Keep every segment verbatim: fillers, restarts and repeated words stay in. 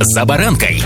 «За баранкой».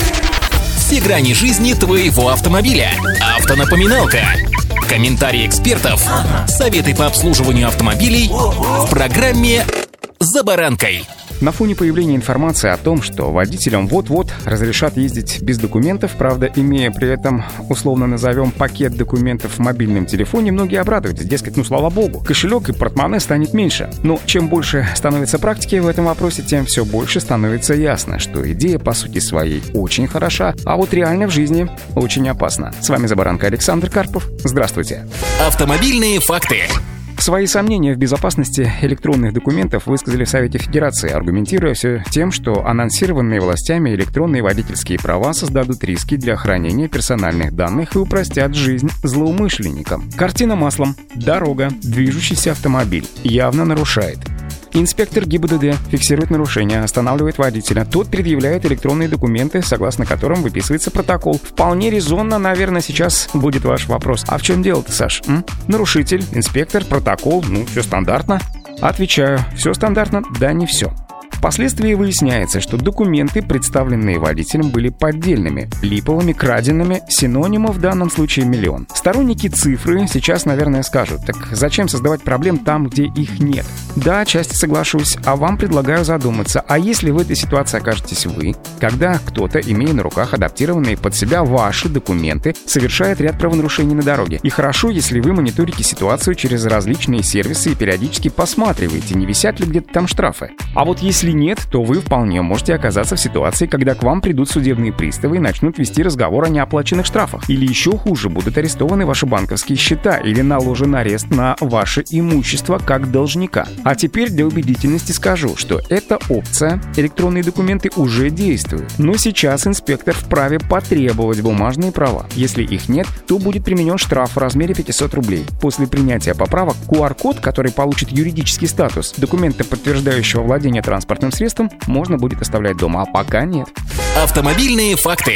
Все грани жизни твоего автомобиля. Автонапоминалка. Комментарии экспертов. Советы по обслуживанию автомобилей в программе «За баранкой». На фоне появления информации о том, что водителям вот-вот разрешат ездить без документов, правда, имея при этом, условно назовем, пакет документов в мобильном телефоне, многие обрадуются, дескать, ну слава богу, кошелек и портмоне станет меньше. Но чем больше становится практики в этом вопросе, тем все больше становится ясно, что идея по сути своей очень хороша, а вот реально в жизни очень опасна. С вами «За баранкой» Александр Карпов. Здравствуйте. Автомобильные факты. Свои сомнения в безопасности электронных документов высказали в Совете Федерации, аргументируя все тем, что анонсированные властями электронные водительские права создадут риски для хранения персональных данных и упростят жизнь злоумышленникам. Картина маслом. Дорога, движущийся автомобиль явно нарушает. Инспектор ГИБДД фиксирует нарушение, останавливает водителя. Тот предъявляет электронные документы, согласно которым выписывается протокол. Вполне резонно, наверное, сейчас будет ваш вопрос. А в чем дело-то, Саш? М? Нарушитель, инспектор, протокол, ну, все стандартно. Отвечаю, все стандартно? Да, не все. Впоследствии выясняется, что документы, представленные водителем, были поддельными, липовыми, краденными, синонимов в данном случае миллион. Сторонники цифры сейчас, наверное, скажут, так зачем создавать проблем там, где их нет? Да, отчасти соглашусь, а вам предлагаю задуматься, а если в этой ситуации окажетесь вы, когда кто-то, имея на руках адаптированные под себя ваши документы, совершает ряд правонарушений на дороге. И хорошо, если вы мониторите ситуацию через различные сервисы и периодически посматриваете, не висят ли где-то там штрафы. А вот если нет, то вы вполне можете оказаться в ситуации, когда к вам придут судебные приставы и начнут вести разговор о неоплаченных штрафах. Или еще хуже, будут арестованы ваши банковские счета или наложен арест на ваше имущество как должника. А теперь для убедительности скажу, что эта опция электронные документы уже действует. Но сейчас инспектор вправе потребовать бумажные права. Если их нет, то будет применен штраф в размере пятьсот рублей. После принятия поправок ку ар код, который получит юридический статус документа, подтверждающего владение транспортным средством, можно будет оставлять дома, а пока нет. Автомобильные факты.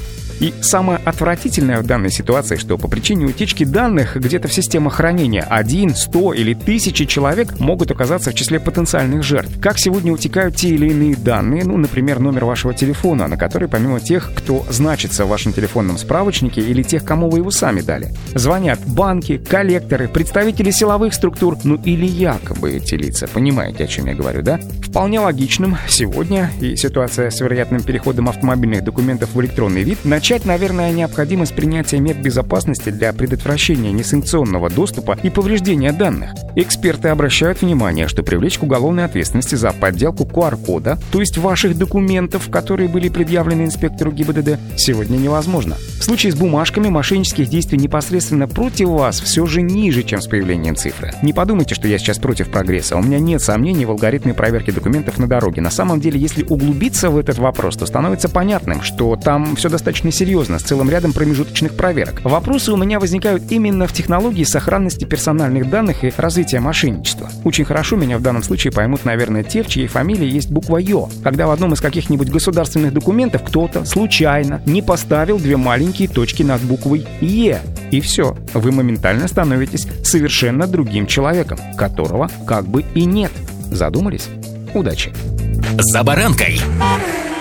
И самое отвратительное в данной ситуации, что по причине утечки данных где-то в системах хранения один, сто или тысячи человек могут оказаться в числе потенциальных жертв. Как сегодня утекают те или иные данные, ну, например, номер вашего телефона, на который помимо тех, кто значится в вашем телефонном справочнике или тех, кому вы его сами дали, звонят банки, коллекторы, представители силовых структур, ну или якобы эти лица. Понимаете, о чем я говорю, да? Вполне логичным сегодня, и ситуация с вероятным переходом автомобильных документов в электронный вид, начать, наверное, необходимо с принятия мер безопасности для предотвращения несанкционного доступа и повреждения данных. Эксперты обращают внимание, что привлечь к уголовной ответственности за подделку ку ар кода, то есть ваших документов, которые были предъявлены инспектору ГИБДД, сегодня невозможно. В случае с бумажками мошеннических действий непосредственно против вас все же ниже, чем с появлением цифры. Не подумайте, что я сейчас против прогресса. У меня нет сомнений в алгоритме проверки документов на дороге. На самом деле, если углубиться в этот вопрос, то становится понятным, что там все достаточно серьезно, с целым рядом промежуточных проверок. Вопросы у меня возникают именно в технологии сохранности персональных данных и развития мошенничества. Очень хорошо меня в данном случае поймут, наверное, те, в чьей фамилии есть буква «Ё», когда в одном из каких-нибудь государственных документов кто-то случайно не поставил две маленькие точки над буквой «Е». И все, вы моментально становитесь совершенно другим человеком, которого как бы и нет. Задумались? Удачи! «За баранкой».